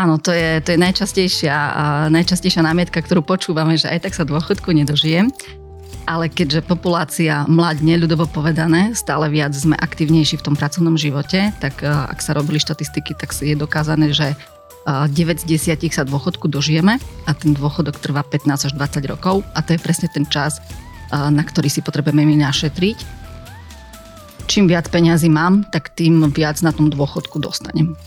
Áno, to je najčastejšia námietka, ktorú počúvame, že aj tak sa dôchodku nedožijem. Ale keďže populácia mladne, ľudovo povedané, stále viac sme aktívnejší v tom pracovnom živote, tak ak sa robili štatistiky, tak je dokázané, že 9 z 10 sa dôchodku dožijeme a ten dôchodok trvá 15 až 20 rokov a to je presne ten čas, na ktorý si potrebujeme my našetriť. Čím viac peňazí mám, tak tým viac na tom dôchodku dostanem.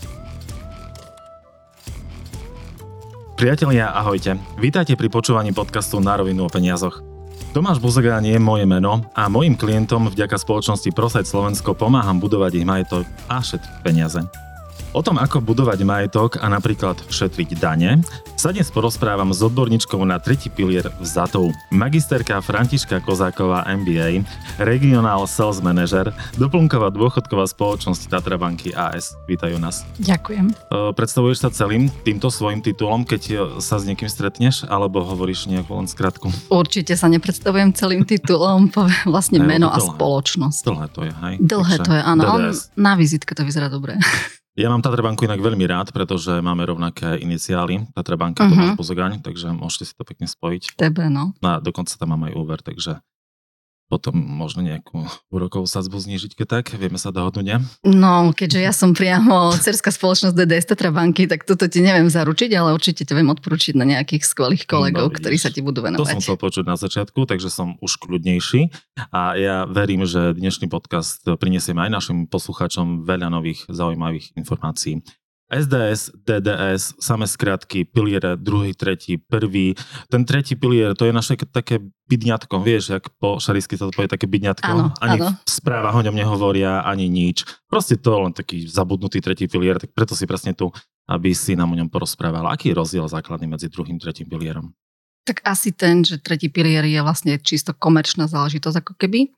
Priatelia, ahojte. Vítajte pri počúvaní podcastu Na rovinu o peniazoch. Tomáš Buzegán je moje meno a mojim klientom vďaka spoločnosti ProSite Slovensko pomáham budovať ich majetok a šetriť peniaze. O tom, ako budovať majetok a napríklad šetriť dane, sa dnes porozprávam s odborníčkou na tretí pilier vzatov. Magisterka Františka Kozáková MBA, Regional Sales Manager, doplnková dôchodková spoločnosť Tatra Banky AS. Vítajú nás. Ďakujem. Predstavuješ sa celým týmto svojim titulom, keď sa s niekým stretneš, alebo hovoríš nejakú len skratku? Určite sa nepredstavujem celým titulom, vlastne meno a spoločnosť. Dlhé to je, hej? Dlhé to je, áno. Na vizitke to vyzerá dobre. Ja mám Tatra Banku inak veľmi rád, pretože máme rovnaké iniciály. Tatra Banka, Tomáš Buzegáň, takže môžete si to pekne spojiť. Tebe, no. A dokonca tam mám aj úver, takže potom možno nejakú úrokovú sadzbu znížiť, keď tak. Vieme sa dohodnúť, nie? No, keďže ja som priamo dcerská spoločnosť DDS Tatra Banky, tak toto ti neviem zaručiť, ale určite ťa viem odporučiť na nejakých skvelých kolegov, ktorí sa ti budú venovať. To som chcel počuť na začiatku, takže som už kľudnejší. A ja verím, že dnešný podcast prinesieme aj našim poslucháčom veľa nových zaujímavých informácií. SDS, DDS, samé skratky, piliere, druhý, tretí, prvý. Ten tretí pilier, to je naše také bydňatko, vieš, jak po šarísky sa to povie, také bydňatko. Áno, ani áno. v správach o ňom nehovoria, ani nič. Proste to len taký zabudnutý tretí pilier, tak preto si presne tu, aby si nám o ňom porozprával. Aký je rozdiel základný medzi druhým a tretím pilierom? Tak asi ten, že tretí pilier je vlastne čisto komerčná záležitosť ako keby.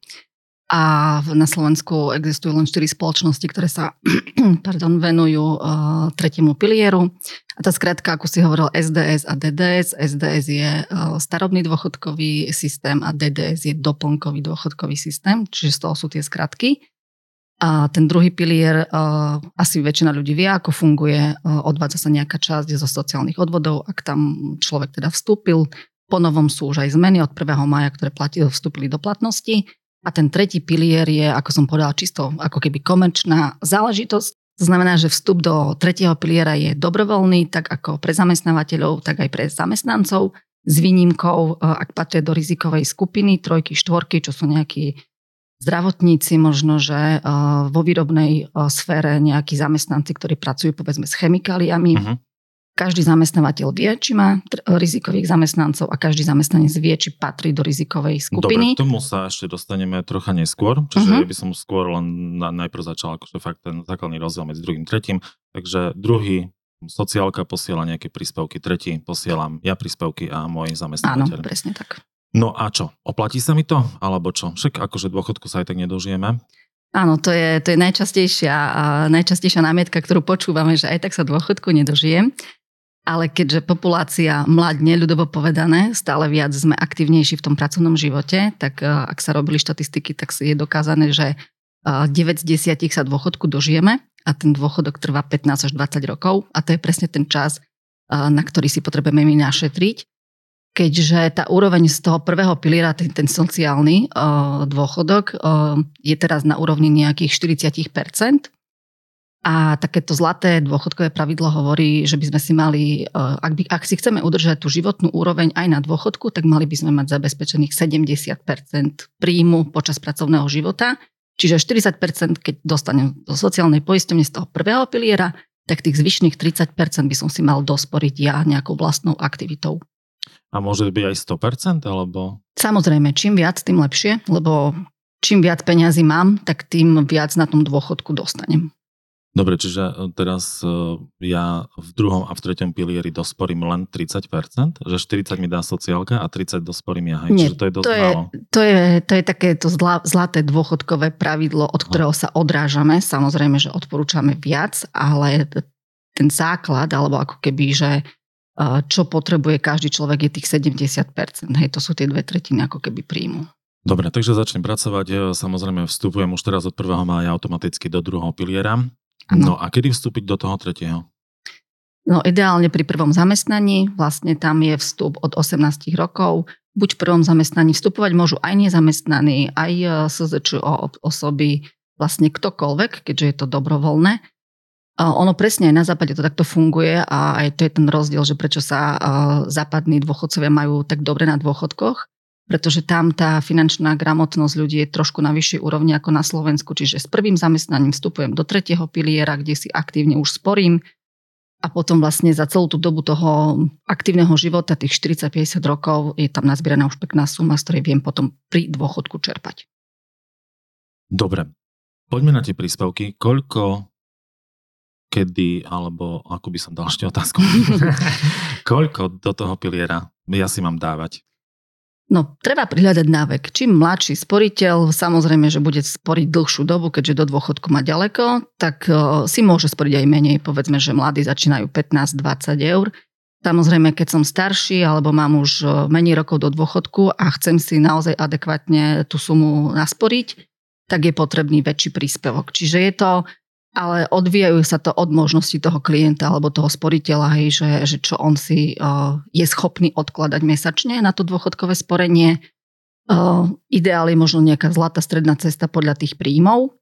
A na Slovensku existujú len 4 spoločnosti, ktoré sa venujú tretiemu pilieru. A tá skratka, ako si hovoril, SDS a DDS. SDS je starobný dôchodkový systém a DDS je doplnkový dôchodkový systém, čiže z toho sú tie skratky. A ten druhý pilier, asi väčšina ľudí vie, ako funguje. Odvádza sa nejaká časť zo sociálnych odvodov, ak tam človek teda vstúpil. Po novom sú už aj zmeny od 1. mája, ktoré vstúpili do platnosti. A ten tretí pilier je, ako som povedala, čisto ako keby komerčná záležitosť. To znamená, že vstup do tretieho piliera je dobrovoľný, tak ako pre zamestnávateľov, tak aj pre zamestnancov, s výnimkou, ak patria do rizikovej skupiny, 3, 4, čo sú nejakí zdravotníci, možno, že vo výrobnej sfére nejakí zamestnanci, ktorí pracujú povedzme s chemikáliami. Každý zamestnávateľ vie, či má rizikových zamestnancov a každý zamestnanec vie, či patrí do rizikovej skupiny. Dobre, k tomu sa ešte dostaneme trocha neskôr, čiže ja by som skôr len najprv začal akože fakt ten základný rozdiel medzi druhým a tretím. Takže druhý, sociálka posiela nejaké príspevky, tretí posielam ja príspevky a môj zamestnávateľ. Áno, presne tak. No a čo? Oplatí sa mi to? Alebo čo? Však akože dôchodku sa aj tak nedožijeme. Áno, to je najčastejšia námietka, ktorú počúvame, že aj tak sa dôchodku nedožijem. Ale keďže populácia mladne, ľudovo povedané, stále viac sme aktívnejší v tom pracovnom živote, tak ak sa robili štatistiky, tak je dokázané, že 9 z 10 sa dôchodku dožijeme a ten dôchodok trvá 15 až 20 rokov a to je presne ten čas, na ktorý si potrebujeme my našetriť. Keďže tá úroveň z toho prvého piliera, ten sociálny dôchodok, je teraz na úrovni nejakých 40%. A takéto zlaté dôchodkové pravidlo hovorí, že by sme si mali, ak si chceme udržať tú životnú úroveň aj na dôchodku, tak mali by sme mať zabezpečených 70% príjmu počas pracovného života. Čiže 40%, keď dostanem do sociálnej poisťovne z toho prvého piliera, tak tých zvyšných 30% by som si mal dosporiť ja nejakou vlastnou aktivitou. A môže byť aj 100%, alebo? Samozrejme, čím viac, tým lepšie, lebo čím viac peňazí mám, tak tým viac na tom dôchodku dostanem. Dobre, čiže teraz ja v druhom a v treťom pilieri dosporím len 30%, že 40 mi dá sociálka a 30 dosporím ja. Nie, čiže to je dosť málo. To je takéto zlaté dôchodkové pravidlo, od ktorého sa odrážame. Samozrejme, že odporúčame viac, ale ten základ, alebo ako keby, že čo potrebuje každý človek je tých 70%. Hej, to sú tie 2/3 ako keby príjmu. Dobre, takže začnem pracovať. Samozrejme vstupujem už teraz od 1. mája automaticky do druhého piliera. Ano. No a kedy vstúpiť do toho tretieho? No ideálne pri prvom zamestnaní, vlastne tam je vstup od 18 rokov. Buď v prvom zamestnaní vstupovať môžu aj nezamestnaní, aj SZČO osoby, vlastne ktokoľvek, keďže je to dobrovoľné. Ono presne aj na západe to takto funguje a aj to je ten rozdiel, že prečo sa západní dôchodcovia majú tak dobre na dôchodkoch, pretože tam tá finančná gramotnosť ľudí je trošku na vyššej úrovni ako na Slovensku, čiže s prvým zamestnaním vstupujem do 3. piliera, kde si aktívne už sporím a potom vlastne za celú tú dobu toho aktívneho života, tých 40-50 rokov, je tam nazbieraná už pekná suma, z ktorej viem potom pri dôchodku čerpať. Dobre, poďme na tie príspevky. Koľko, kedy, alebo ako by som dal ešte otázku, koľko do toho piliera ja si mám dávať? No, treba prihľadať na vek. Čím mladší sporiteľ, samozrejme, že bude sporiť dlhšiu dobu, keďže do dôchodku má ďaleko, tak si môže sporiť aj menej. Povedzme, že mladí začínajú 15-20 eur. Samozrejme, keď som starší alebo mám už menej rokov do dôchodku a chcem si naozaj adekvátne tú sumu nasporiť, tak je potrebný väčší príspevok. Čiže je to, ale odvíjajú sa to od možnosti toho klienta alebo toho sporiteľa, hej, že čo on si je schopný odkladať mesačne na to dôchodkové sporenie. Ideál je možno nejaká zlatá stredná cesta podľa tých príjmov.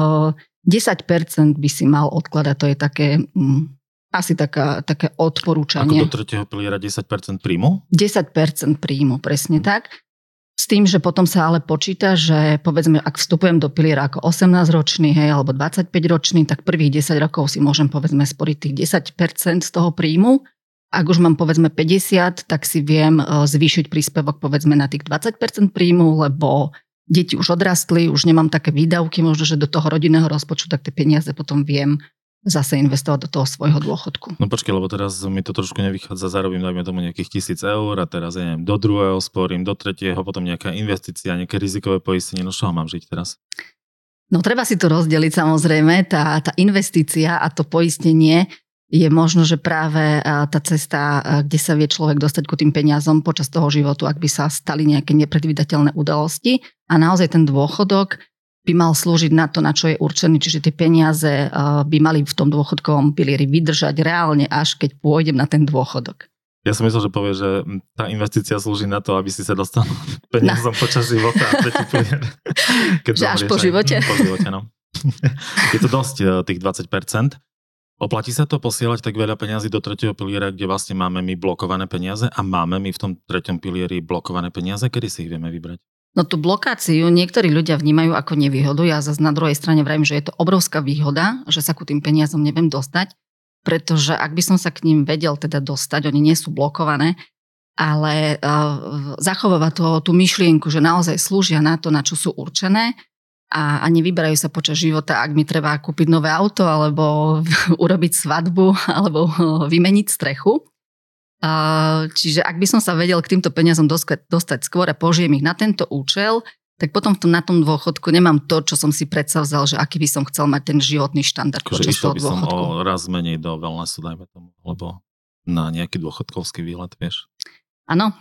10% by si mal odkladať, to je také asi také odporúčanie. Ako do 3. piliera 10% príjmu? 10% príjmu, presne tak. S tým, že potom sa ale počíta, že povedzme, ak vstupujem do piliera ako 18-ročný, hej, alebo 25-ročný, tak prvých 10 rokov si môžem povedzme sporiť tých 10% z toho príjmu. Ak už mám povedzme 50, tak si viem zvýšiť príspevok povedzme na tých 20% príjmu, lebo deti už odrastli, už nemám také výdavky, možno, že do toho rodinného rozpočtu, tak tie peniaze potom viem zase investovať do toho svojho dôchodku. No počkej, lebo teraz mi to trošku nevychádza, zarobím, dajme tomu nejakých 1000 eur a teraz, ja neviem, do 2. sporím, do 3., potom nejaká investícia, nejaké rizikové poistenie, no čo mám žiť teraz? No treba si to rozdeliť samozrejme, tá investícia a to poistenie je možno, že práve tá cesta, kde sa vie človek dostať ku tým peniazom počas toho životu, ak by sa stali nejaké nepredvídateľné udalosti a naozaj ten dôchodok by mal slúžiť na to, na čo je určený, čiže tie peniaze by mali v tom dôchodkovom pilieri vydržať reálne, až keď pôjdem na ten dôchodok. Ja som myslel, že povie, že tá investícia slúži na to, aby si sa dostal peniazom počas života a tretí pilier. Že až po živote? Po živote, no. Je to dosť, tých 20%. Oplatí sa to posielať tak veľa peniazy do 3. piliera, kde vlastne máme my blokované peniaze a máme my v tom 3. pilieri blokované peniaze, kedy si ich vieme vybrať? No tú blokáciu niektorí ľudia vnímajú ako nevýhodu. Ja zase na druhej strane vravím, že je to obrovská výhoda, že sa ku tým peniazom neviem dostať, pretože ak by som sa k ním vedel teda dostať, oni nie sú blokované, ale zachováva to tú myšlienku, že naozaj slúžia na to, na čo sú určené a nevyberajú sa počas života, ak mi treba kúpiť nové auto alebo urobiť svadbu alebo vymeniť strechu. Čiže ak by som sa vedel k týmto peniazom dostať skôr a použijem ich na tento účel, tak potom na tom dôchodku nemám to, čo som si predsavzal, že aký by som chcel mať ten životný štandard počas toho dôchodku. Išiel by som o raz menej do wellnessu, dajme tomu, alebo na nejaký dôchodkovský výlet, vieš? Áno.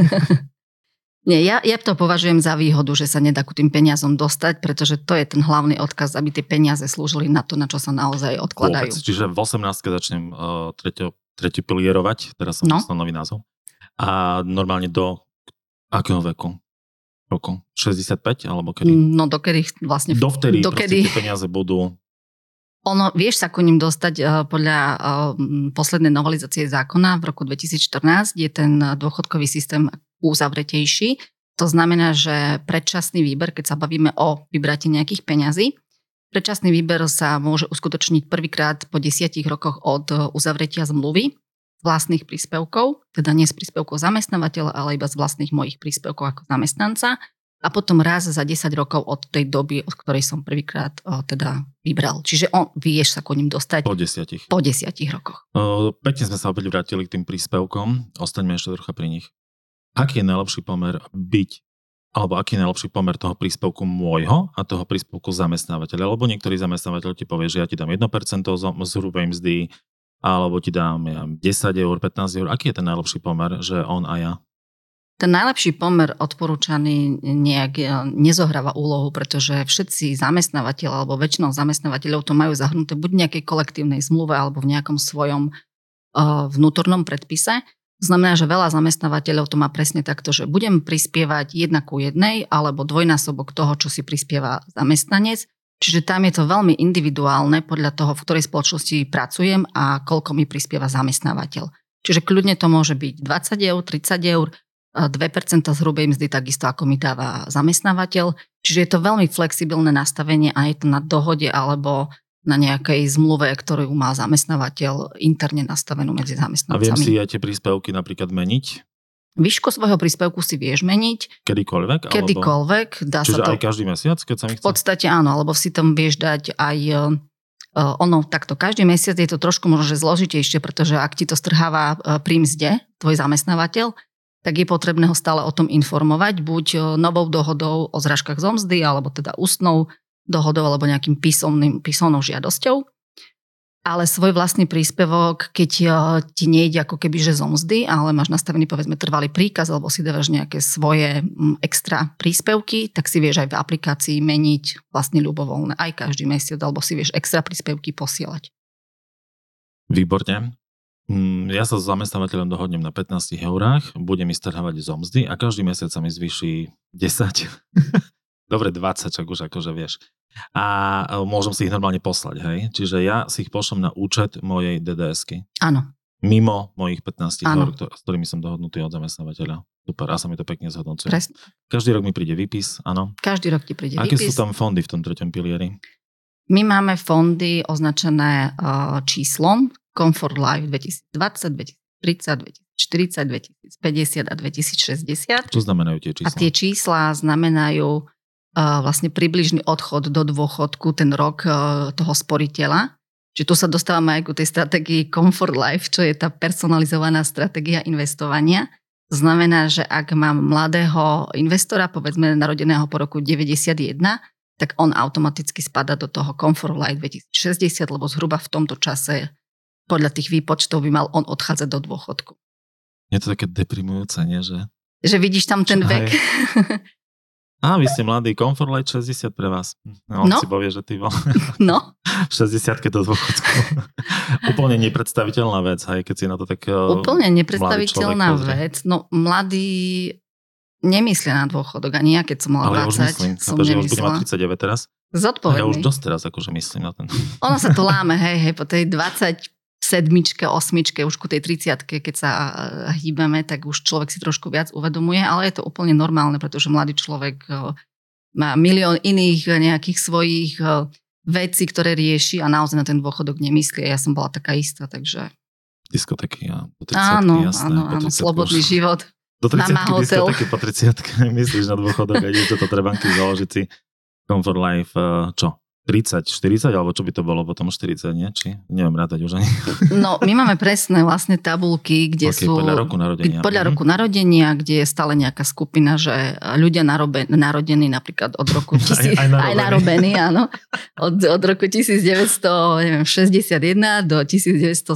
Nie, ja to považujem za výhodu, že sa nedá ku tým peniazom dostať, pretože to je ten hlavný odkaz, aby tie peniaze slúžili na to, na čo sa naozaj odkladajú. Vôbec. Čiže v 18 začnem tretie pilierovať, teraz som dostal nový názov. A normálne do akého veku? Roku? 65 alebo kedy? No dokedy vlastne... Dovtedy tie peniaze budú... Vieš sa ku ním dostať podľa poslednej novelizácie zákona v roku 2014, je ten dôchodkový systém uzavretejší. To znamená, že predčasný výber, keď sa bavíme o vybratí nejakých peňazí, predčasný výber sa môže uskutočniť prvýkrát po 10 rokoch od uzavretia zmluvy vlastných príspevkov, teda nie z príspevkov zamestnávateľa, ale iba z vlastných mojich príspevkov ako zamestnanca a potom raz za 10 rokov od tej doby, od ktorej som prvýkrát teda vybral. Čiže vieš sa ku ním dostať po 10 rokoch. Pekne sme sa opäť vrátili k tým príspevkom, ostaňme ešte trocha pri nich. Aký je najlepší pomer alebo aký je najlepší pomer toho príspevku môjho a toho príspevku zamestnávateľa? Lebo niektorý zamestnávateľ ti povie, že ja ti dám 1% z hrubej mzdy, alebo ti dám 10 eur, 15 eur. Aký je ten najlepší pomer, že on a ja? Ten najlepší pomer odporúčaný nejak nezohráva úlohu, pretože všetci zamestnávateľ alebo väčšinou zamestnávateľov to majú zahrnuté buď v nejakej kolektívnej zmluve alebo v nejakom svojom vnútornom predpise. To znamená, že veľa zamestnávateľov to má presne takto, že budem prispievať 1:1 alebo dvojnásobok toho, čo si prispieva zamestnanec. Čiže tam je to veľmi individuálne podľa toho, v ktorej spoločnosti pracujem a koľko mi prispieva zamestnávateľ. Čiže kľudne to môže byť 20 eur, 30 eur, 2% z hrubej mzdy takisto, ako mi dáva zamestnávateľ. Čiže je to veľmi flexibilné nastavenie a je to na dohode alebo na nejakej zmluve, ktorú má zamestnávateľ interne nastavenú medzi zamestnancami. A viem si aj tie príspevky napríklad meniť? Výšku svojho príspevku si vieš meniť. Kedykoľvek? Kedykoľvek. Dá čiže sa to, aj každý mesiac, keď sa mi chce? V podstate áno, alebo si tam vieš dať aj takto každý mesiac je to trošku možno že zložitejšie, pretože ak ti to strháva pri mzde, tvoj zamestnávateľ, tak je potrebné ho stále o tom informovať, buď novou dohodou o zrážkach zo mzdy, alebo teda ústnou dohodou, alebo nejakým písomnou žiadosťou. Ale svoj vlastný príspevok, keď ti nejde ako keby že zo mzdy, ale máš nastavený povedzme trvalý príkaz, alebo si dávaš nejaké svoje extra príspevky, tak si vieš aj v aplikácii meniť vlastne ľubovoľné aj každý mesiac, alebo si vieš extra príspevky posielať. Výborne. Ja sa s zamestnávateľom dohodnem na 15 eurách, budem mi strhávať zo mzdy a každý mesiac sa mi zvýši 10. Dobre, 20, čak už akože vieš. A môžem si ich normálne poslať, hej? Čiže ja si ich pošlem na účet mojej DDS-ky. Áno. Mimo mojich 15 eur, s ktorými som dohodnutý od zamestnávateľa. Super, a sa mi to pekne zhodnocuje. Presne. Každý rok mi príde výpis, áno. Každý rok ti príde výpis. Aké sú tam fondy v tom treťom pilieri? My máme fondy označené číslom Comfort Life 2020, 2030, 2040, 2050 a 2060. Čo znamenajú tie čísla? A tie čísla znamenajú vlastne približný odchod do dôchodku, ten rok toho sporiteľa. Čiže tu sa dostávame aj ku tej stratégii Comfort Life, čo je tá personalizovaná stratégia investovania. Znamená, že ak mám mladého investora, povedzme narodeného po roku 91, tak on automaticky spadá do toho Comfort Life 2060, lebo zhruba v tomto čase podľa tých výpočtov by mal on odchádzať do dôchodku. Je to také deprimujúce, nie? Že vidíš tam ten vek. Vy ste mladý, Comfort Life 60 pre vás. No. Si povie, že ty bol. No. 60-ke do dôchodku. Úplne nepredstaviteľná vec, hej, keď si na to tak úplne nepredstaviteľná vec. No, mladí nemyslia na dôchodok, ani ja, keď som mala 20, ale ja už myslím, som nemyslela. Ja už budem mať 39 teraz. Zodpovedný. Ja už dosť teraz akože myslím na ten. Ono sa to láme, hej, po tej 27, 8, už ku tej 30-ke, keď sa hýbeme, tak už človek si trošku viac uvedomuje, ale je to úplne normálne, pretože mladý človek má milión iných nejakých svojich vecí, ktoré rieši a naozaj na ten dôchodok nemyslí. Ja som bola taká istá, takže... Diskotéky, po 30-ke, jasné. Áno, slobodný život. Do 30-ky diskotéky, po 30-ke myslíš na dôchodok a ideš do trebanky založiť si Comfort Life, čo? 30, 40, alebo čo by to bolo potom 40, nie? Či neviem rátať už ani. No, my máme presné vlastne tabulky, kde sú... Podľa roku narodenia. Podľa roku narodenia, kde je stále nejaká skupina, že ľudia narodení napríklad od roku... aj narobení, áno. Od roku 1961 do 1971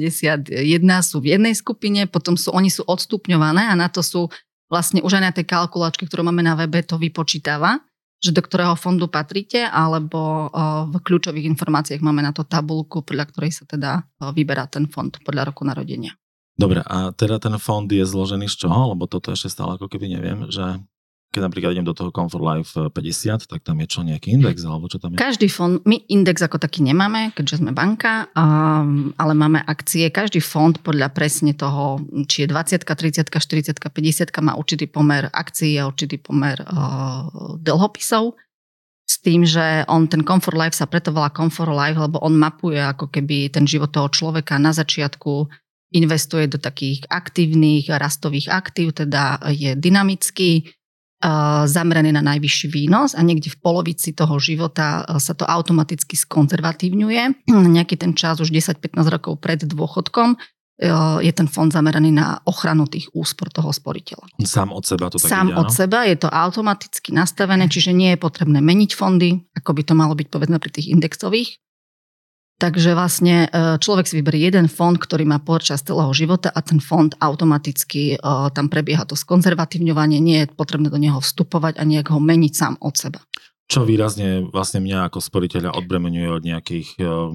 sú v jednej skupine, potom oni sú odstupňované a na to sú vlastne už aj na tej kalkulačke, ktorú máme na webe, to vypočítava, že do ktorého fondu patríte, alebo v kľúčových informáciách máme na to tabuľku, podľa ktorej sa teda vyberá ten fond podľa roku narodenia. Dobre, a teda ten fond je zložený z čoho? Lebo toto ešte stále ako keby neviem, že keď napríklad idem do toho Comfort Life 50, tak tam je čo, nejaký index, alebo čo tam je? Každý fond, my index ako taký nemáme, keďže sme banka, ale máme akcie. Každý fond podľa presne toho, či je 20, 30, 40, 50, má určitý pomer akcií a určitý pomer dlhopisov. S tým, že ten Comfort Life sa preto volá Comfort Life, lebo on mapuje ako keby ten život toho človeka na začiatku, investuje do takých aktívnych rastových aktív, teda je dynamický, zameraný na najvyšší výnos a niekde v polovici toho života sa to automaticky skonzervatívňuje. Nejaký ten čas, už 10-15 rokov pred dôchodkom, je ten fond zameraný na ochranu tých úspor toho sporiteľa. Sám od seba to tak Sám ide, od seba, je to automaticky nastavené, čiže nie je potrebné meniť fondy, ako by to malo byť povedzme pri tých indexových. Takže vlastne človek si vyberie jeden fond, ktorý má počas celého života a ten fond automaticky tam prebieha to skonzervatívňovanie, nie je potrebné do neho vstupovať a nejak ho meniť sám od seba. Čo výrazne vlastne mňa ako sporiteľa odbremeňuje od nejakých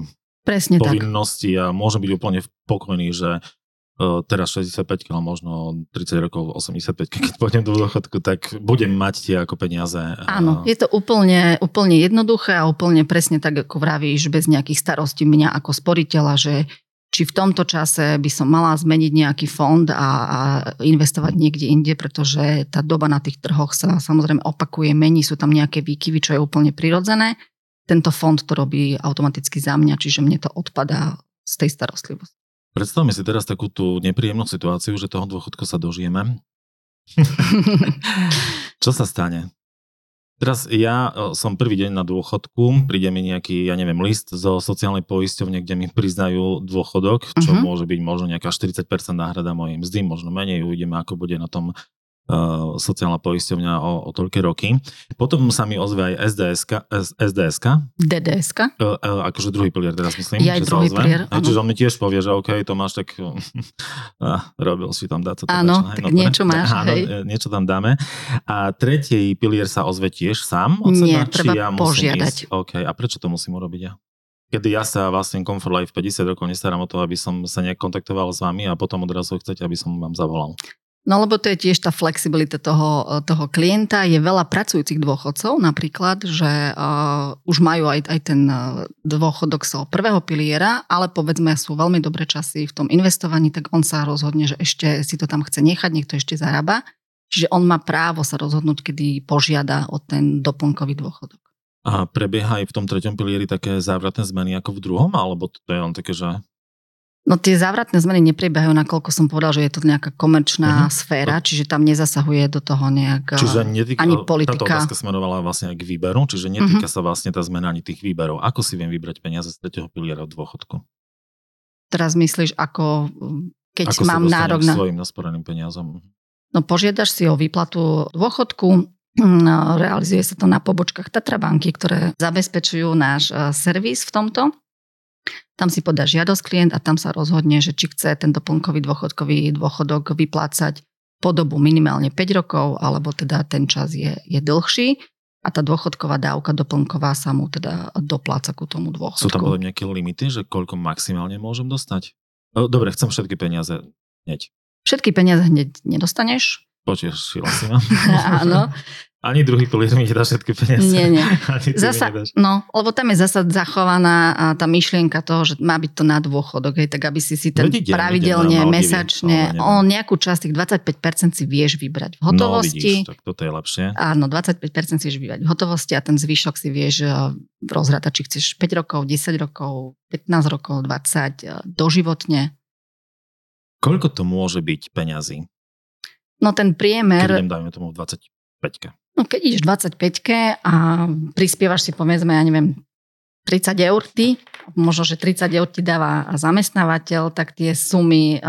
Presne povinnosti a môžem byť úplne pokojný, že teraz 65, ale možno 30 rokov 85, keď pôjdem do dôchodku, tak budem mať tie ako peniaze. Áno, je to úplne jednoduché a úplne presne tak, ako vravíš, bez nejakých starostí mňa ako sporiteľa, že či v tomto čase by som mala zmeniť nejaký fond a investovať niekde inde, pretože tá doba na tých trhoch sa samozrejme opakuje, mení, sú tam nejaké výkyvy, čo je úplne prirodzené. Tento fond to robí automaticky za mňa, čiže mne to odpadá z tej starostlivosti. Predstavme si teraz takú tú nepríjemnú situáciu, že toho dôchodku sa dožijeme. Čo sa stane? Teraz ja som prvý deň na dôchodku, príde mi nejaký, list zo sociálnej poisťovne, kde mi priznajú dôchodok, čo môže byť možno nejaká 40% náhrada mojej mzdy, možno menej, uvidíme, ako bude na tom sociálna poisťovňa o toľké roky. Potom sa mi ozve aj SDS-ka. DDS-ka. Akože druhý pilier teraz myslím. Ja aj druhý pilier. Čiže on mi tiež povie, že OK, to máš tak... robil si tam dať. Áno, tak niečo máš. Áno, niečo tam dáme. A tretí pilier sa ozve tiež sám od seba? Nie, treba ja požiadať. OK, a prečo to musím urobiť ja? Kedy ja sa vlastne Comfort Life 50 rokov nestarám o to, aby som sa nejak kontaktoval s vami a potom odrazu chcete, aby som vám zavolal. No lebo to je tiež tá flexibilita toho klienta. Je veľa pracujúcich dôchodcov napríklad, že už majú aj ten dôchodok z prvého piliera, ale povedzme sú veľmi dobré časy v tom investovaní, tak on sa rozhodne, že ešte si to tam chce nechať, niekto ešte zarába. Čiže on má právo sa rozhodnúť, kedy požiada o ten doplnkový dôchodok. A prebieha aj v tom treťom pilieri také závratné zmeny ako v druhom? Alebo to je len také, že... No tie závratné zmeny neprebiehajú, nakoľko som povedal, že je to nejaká komerčná sféra, čiže tam nezasahuje do toho nejak ani politika. Táto otázka smerovala vlastne aj k výberu, čiže netýka sa vlastne tá zmena ani tých výberov. Ako si viem vybrať peniaze z tretieho piliera v dôchodku? Teraz myslíš, keď ako mám nárok na... svojim nasporeným peniazom? No požiadaš si o výplatu dôchodku, realizuje sa to na pobočkách Tatra banky, ktoré zabezpečujú náš servis v tomto. Tam si podá žiadosť klient a tam sa rozhodne, že či chce ten doplnkový dôchodok vyplácať po dobu minimálne 5 rokov, alebo teda ten čas je dlhší a tá dôchodková dávka doplnková sa mu teda dopláca ku tomu dôchodku. Sú tam boli nejaké limity, že koľko maximálne môžem dostať? Dobre, chcem všetky peniaze hneď. Všetky peniaze hneď nedostaneš. Potešila si ma. Áno. Ani druhý pilier mi nedá všetky peniaze. Nie. Lebo tam je zasa zachovaná tá myšlienka toho, že má byť to na dôchodok, tak aby si ten pravidelne, mesačne, nejakú časť, tých 25% si vieš vybrať v hotovosti. No vidíš, tak toto je lepšie. Áno, 25% si vieš vybrať v hotovosti a ten zvyšok si vieš rozrátať, či chceš 5 rokov, 10 rokov, 15 rokov, 20, doživotne. Koľko to môže byť peňazí? No ten priemer... Keď idem, dajme tomu v 25-ke. No keď ideš v 25-ke a prispievaš si povedzme, 30 eur ty, možno, že 30 eur ti dáva zamestnávateľ, tak tie sumy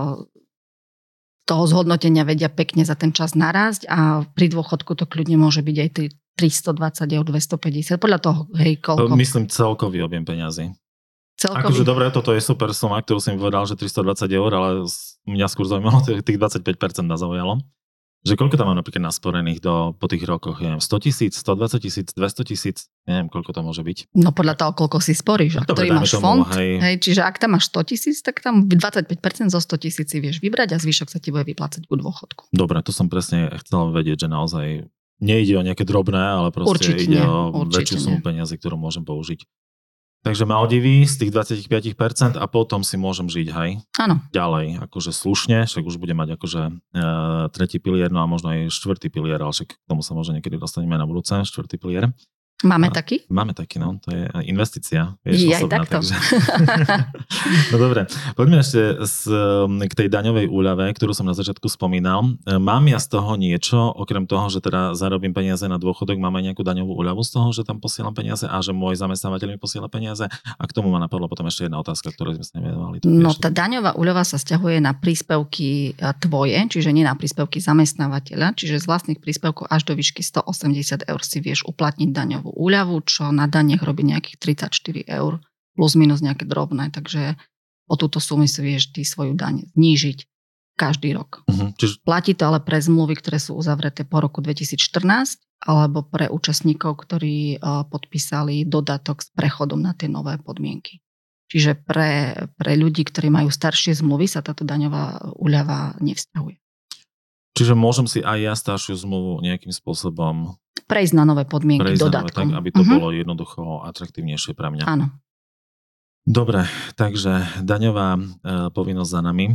toho zhodnotenia vedia pekne za ten čas narásť a pri dôchodku to kľudne môže byť aj 320 eur, 250, podľa toho, koľko. Myslím celkový objem peňazí. Celkový. Akože dobre, toto je super suma, ktorú som mi povedal, že 320 eur, ale mňa skôr zaujímalo, tých 25% ma zaujalo. Že koľko tam mám napríklad nasporených po tých rokoch? Ja neviem, 100 000, 120 000, 200 000, neviem, koľko to môže byť. No podľa toho, koľko si sporíš. Ak ktorý máš fond, čiže ak tam máš 100 000, tak tam 25% zo 100 000 si vieš vybrať a zvyšok sa ti bude vyplácať ku dôchodku. Dobre, to som presne chcel vedieť, že naozaj nejde o nejaké drobné, ale proste ide o väčšiu sumu peniazy, ktorú môžem použiť. Takže Maldivy z tých 25% a potom si môžem žiť, hej? Áno. Ďalej, akože slušne, však už budem mať akože tretí pilier, no a možno aj štvrtý pilier, ale však k tomu sa možno niekedy dostaneme na budúce, štvrtý pilier. Máme taký? Máme taký, no. To je investícia. Vieš, osobná, takto. Takže... No dobre. Poďme ešte k tej daňovej úľave, ktorú som na začiatku spomínal. Mám ja z toho niečo, okrem toho, že teda zarobím peniaze na dôchodok, mám aj nejakú daňovú úľavu z toho, že tam posielam peniaze a že môj zamestnávateľ mi posiela peniaze? A k tomu ma napadla potom ešte jedna otázka, ktorú sme sa nevenovali. No tá daňová úľava sa sťahuje na príspevky tvoje, čiže nie na príspevky zamestnávateľa, čiže z vlastných príspevkov až do výšky 180 eur si vieš uplatniť daňovú úľavu, čo na daniach robí nejakých 34 eur plus minus nejaké drobné, takže o túto sumu si vieš ty svoju daň znížiť každý rok. Čiže... Platí to ale pre zmluvy, ktoré sú uzavreté po roku 2014 alebo pre účastníkov, ktorí podpísali dodatok s prechodom na tie nové podmienky. Čiže pre ľudí, ktorí majú staršie zmluvy, sa táto daňová úľava nevzťahuje. Čiže môžem si aj ja staršiu zmluvu nejakým spôsobom prejsť na nové podmienky dodatkom. Tak, aby to bolo jednoducho atraktívnejšie pre mňa. Áno. Dobre, takže daňová povinnosť za nami.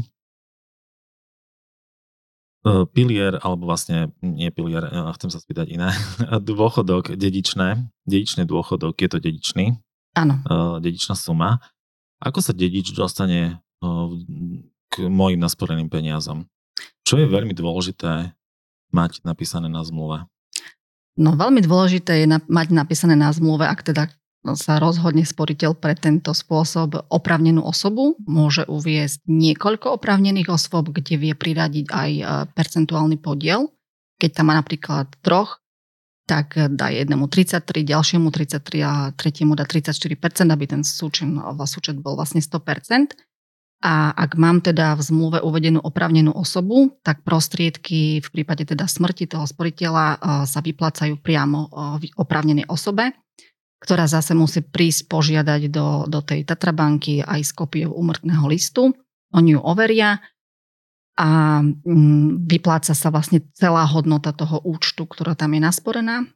Pilier, alebo vlastne nie pilier, chcem sa spýtať iné. Dôchodok, dedičný dôchodok, je to dedičný? Áno. Dedičná suma. Ako sa dedič dostane k mojim nasporeným peniazom? Čo je veľmi dôležité mať napísané na zmluve? No veľmi dôležité je mať napísané na zmluve, ak teda sa rozhodne sporiteľ pre tento spôsob oprávnenú osobu, môže uviesť niekoľko oprávnených osôb, kde vie priradiť aj percentuálny podiel. Keď tam má napríklad 3, tak dá jednému 33, ďalšiemu 33 a tretiemu dá 34%, aby ten súčet bol vlastne 100%. A ak mám teda v zmluve uvedenú oprávnenú osobu, tak prostriedky v prípade teda smrti toho sporiteľa sa vyplácajú priamo oprávnenej osobe, ktorá zase musí prísť požiadať do tej Tatrabanky aj s kópiou úmrtného listu. Oni ju overia a vypláca sa vlastne celá hodnota toho účtu, ktorá tam je nasporená.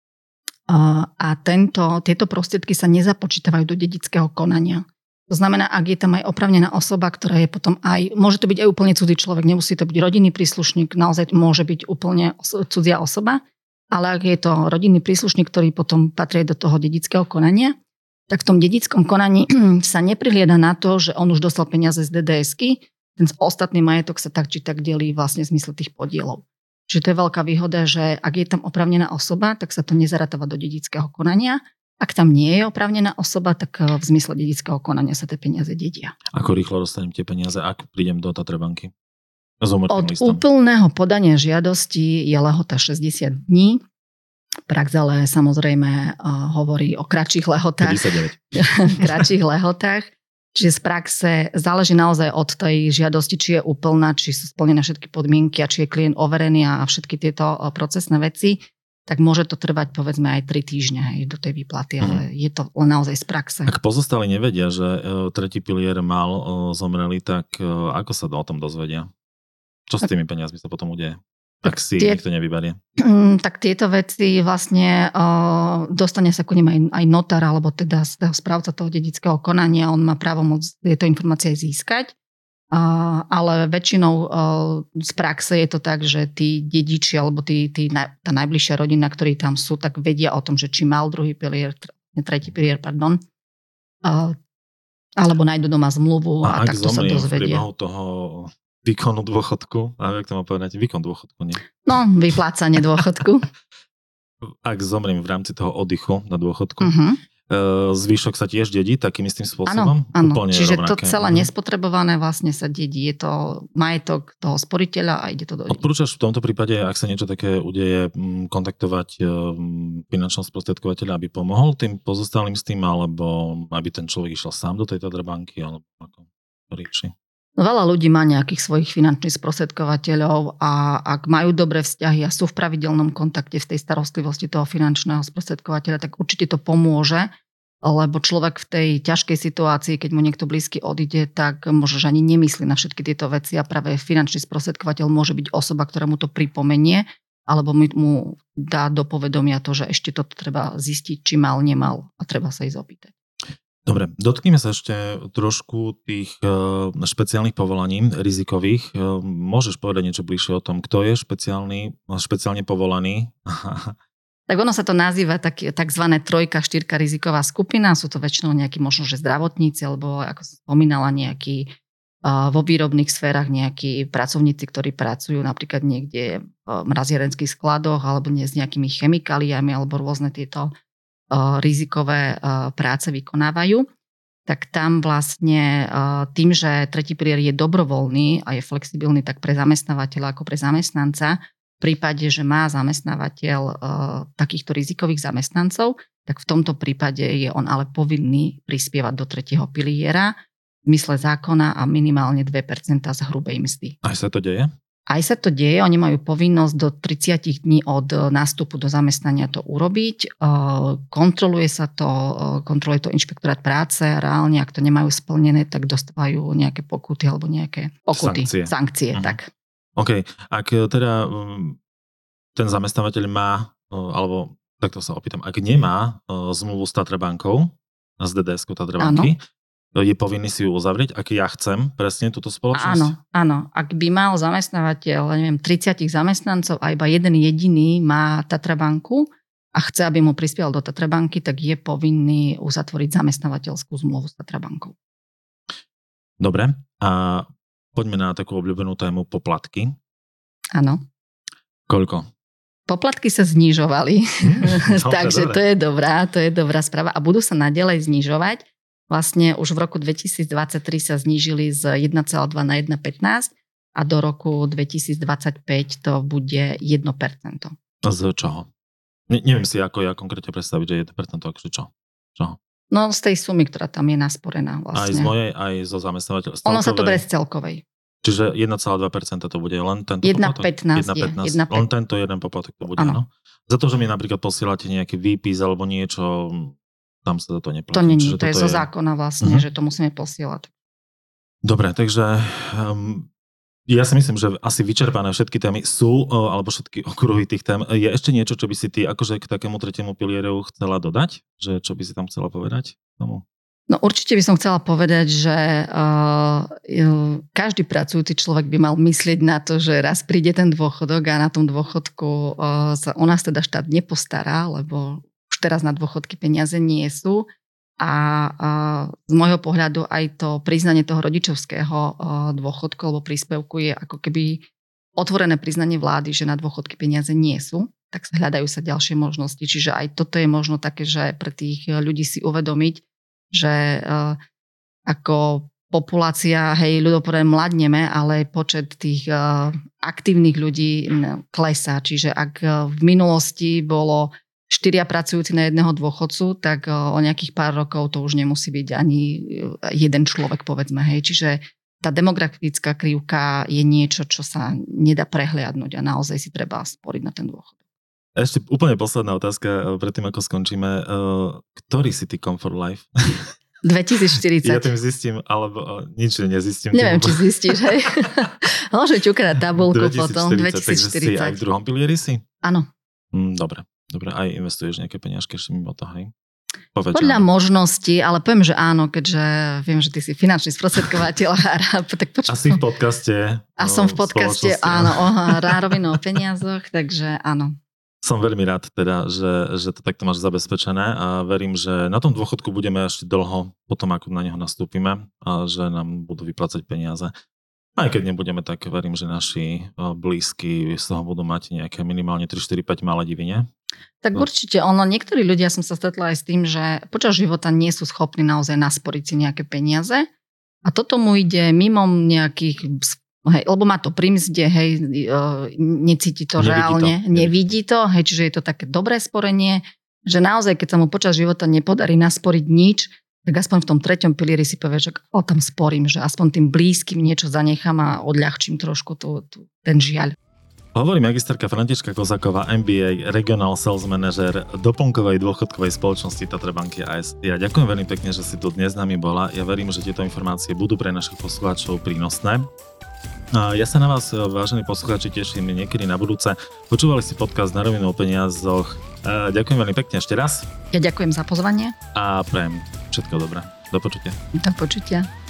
A tieto prostriedky sa nezapočítavajú do dedického konania. To znamená, ak je tam aj oprávnená osoba, ktorá je potom aj, môže to byť aj úplne cudzí človek, nemusí to byť rodinný príslušník, naozaj môže byť úplne cudzia osoba, ale ak je to rodinný príslušník, ktorý potom patrí do toho dedického konania, tak v tom dedickom konaní sa neprihliada na to, že on už dostal peniaze z DDS-ky, ten ostatný majetok sa tak či tak delí vlastne v zmysle tých podielov. Čiže to je veľká výhoda, že ak je tam oprávnená osoba, tak sa to nezaratáva do dedického konania. Ak tam nie je oprávnená osoba, tak v zmysle dedického konania sa tie peniaze dedia. Ako rýchlo dostanem tie peniaze, ak prídem do Tatrabanky? Od úplného podania žiadosti je lehota 60 dní. Prax ale samozrejme hovorí o kratších lehotách. 59. Kratších lehotách. Čiže z praxe záleží naozaj od tej žiadosti, či je úplná, či sú splnené všetky podmienky a či je klient overený a všetky tieto procesné veci. Tak môže to trvať povedzme aj 3 týždne do tej výplaty, ale je to len naozaj z praxe. Ak pozostali nevedia, že tretí pilier mal zomreli, tak ako sa o tom dozvedia? Čo s tými peniazmi sa potom udeje? Ak si niekto nevyberie? Tak tieto veci vlastne dostane sa ku nim aj notár, alebo teda správca toho dedického konania, on má právomoc tieto informácie získať. Ale väčšinou z praxe je to tak, že tí dediči alebo tá najbližšia rodina, ktorí tam sú, tak vedia o tom, že či mal tretí pilier, alebo nájdu doma zmluvu a takto sa dozvedia. A ak zomrie v priebehu toho výkonu dôchodku, a jak to má povedať, výkon dôchodku, nie? No, vyplácanie dôchodku. Ak zomriem v rámci toho oddychu na dôchodku, zvyšok sa tiež dedí takým istým spôsobom? Áno. Úplne Čiže rovnaké. To celé nespotrebované vlastne sa dedí. Je to majetok toho sporiteľa a ide to do dedí. Odporúčaš v tomto prípade, ak sa niečo také udeje, kontaktovať finančného sprostredkovateľa, aby pomohol tým pozostalým s tým, alebo aby ten človek išiel sám do tej Tatrabanky, alebo ako rieši? No, veľa ľudí má nejakých svojich finančných sprostredkovateľov a ak majú dobré vzťahy a sú v pravidelnom kontakte v tej starostlivosti toho finančného sprostredkovateľa, tak určite to pomôže, lebo človek v tej ťažkej situácii, keď mu niekto blízky odíde, tak môže ani nemyslí na všetky tieto veci a práve finančný sprostredkovateľ môže byť osoba, ktorá mu to pripomenie alebo mu dá do povedomia to, že ešte toto treba zistiť, či mal, nemal a treba sa ísť opýtať. Dobre, dotkneme sa ešte trošku tých špeciálnych povolaní, rizikových. Môžeš povedať niečo bližšie o tom, kto je špeciálne povolaný? Tak ono sa to nazýva takzvané 3, 4 riziková skupina. Sú to väčšinou nejakí možno, že zdravotníci, alebo ako som spomínala, nejakí vo výrobných sférach nejakí pracovníci, ktorí pracujú napríklad niekde v mrazierenských skladoch alebo s nejakými chemikáliami alebo rôzne tieto rizikové práce vykonávajú, tak tam vlastne tým, že tretí pilier je dobrovoľný a je flexibilný tak pre zamestnávateľa ako pre zamestnanca, v prípade, že má zamestnávateľ takýchto rizikových zamestnancov, tak v tomto prípade je on ale povinný prispievať do tretieho piliera v zmysle zákona a minimálne 2% z hrubej mzdy. Aj sa to deje? Aj sa to deje, oni majú povinnosť do 30 dní od nástupu do zamestnania to urobiť. Kontroluje to inšpektorát práce, reálne, ak to nemajú splnené, tak dostávajú nejaké pokuty alebo nejaké sankcie. Tak. OK, ak teda ten zamestnávateľ má, alebo takto sa opýtam, ak nemá zmluvu s Tatra bankou, s DDS-kou Tatra banky, je povinný si ju uzavrieť, ak ja chcem presne túto spoločnosť? Áno. Ak by mal zamestnávateľ, 30 zamestnancov a iba jeden jediný má Tatra banku a chce, aby mu prispiel do Tatra banky, tak je povinný uzatvoriť zamestnávateľskú zmluvu s Tatra bankou. Dobre. A poďme na takú obľúbenú tému poplatky. Áno. Koľko? Poplatky sa znižovali, takže to je dobrá správa a budú sa naďalej znižovať. Vlastne už v roku 2023 sa znížili z 1,2 na 1,15 a do roku 2025 to bude 1%. Z čoho? Neviem si, ako ja konkrétne predstaviť, že 1%, akože čo? Čoho? No z tej sumy, ktorá tam je nasporená vlastne. Aj z mojej, aj zo zamestnávateľstva. Ono sa to berie z celkovej. Čiže 1,2% to bude len tento 1,15. Len tento jeden poplatok to bude, no? Za to, že mi napríklad posielate nejaký výpis alebo niečo, tam sa to neplatí. To nie, to je zo zákona vlastne, že to musíme posielať. Dobre, takže ja si myslím, že asi vyčerpané všetky témy sú, alebo všetky okruhy tých tém. Je ešte niečo, čo by si ty akože k takému tretiemu pilieru chcela dodať? Že čo by si tam chcela povedať tomu? No určite by som chcela povedať, že každý pracujúci človek by mal myslieť na to, že raz príde ten dôchodok a na tom dôchodku sa o nás teda štát nepostará, lebo už teraz na dôchodky peniaze nie sú. A z môjho pohľadu aj to priznanie toho rodičovského dôchodku alebo príspevku je ako keby otvorené priznanie vlády, že na dôchodky peniaze nie sú, tak sa hľadajú sa ďalšie možnosti. Čiže aj toto je možno také, že pre tých ľudí si uvedomiť, že ako populácia, ľudopovedané mladneme, ale počet tých aktívnych ľudí klesá. Čiže ak v minulosti bolo 4 pracujúci na jedného dôchodcu, tak o nejakých pár rokov to už nemusí byť ani jeden človek, povedzme. Čiže tá demografická krivka je niečo, čo sa nedá prehliadnúť a naozaj si treba sporiť na ten dôchodok. Ešte úplne posledná otázka, predtým ako skončíme. Ktorý si ty Comfort Life? 2040. Ja tým zistím, alebo nič nezistím. Neviem, či zistíš, hej. Môžem ťukať tabulku potom. 2040. Takže si aj v druhom pilieri si? Áno. Dobre, aj investuješ nejaké peniažky ešte mimo toho, hej? Podľa možností, ale poviem, že áno, keďže viem, že ty si finančný sprostredkovateľ. A si v podcaste. A som v podcaste, áno, o Nárovinu o peniazoch, takže áno. Som veľmi rád teda, že to takto máš zabezpečené a verím, že na tom dôchodku budeme ešte dlho potom, ako na neho nastúpime a že nám budú vyplácať peniaze. Aj keď nebudeme, tak verím, že naši blízky z toho budú mať nejaké minimálne 3, 4, 5 malé divine. Tak určite niektorí ľudia som sa stretla aj s tým, že počas života nie sú schopní naozaj nasporiť si nejaké peniaze a toto mu ide mimo nejakých, lebo má to pri mzde, necíti to reálne, nevidí to, čiže je to také dobré sporenie, že naozaj, keď sa mu počas života nepodarí nasporiť nič, tak aspoň v tom 3. pilieri si povie, že tam sporím, že aspoň tým blízkym niečo zanechám a odľahčím trošku ten žiaľ. Hovorí magisterka Františka Kozáková, MBA, Regional Sales Manager doplnkovej dôchodkovej spoločnosti Tatra banky AS. Ja ďakujem veľmi pekne, že si tu dnes s nami bola. Ja verím, že tieto informácie budú pre našich poslucháčov prínosné. Ja sa na vás, vážení poslucháči, teším niekedy na budúce. Počúvali ste podcast Na rovinu o peniazoch. Ďakujem veľmi pekne ešte raz. Ja ďakujem za pozvanie. A prajem všetko dobré. Do počutia. Do počutia.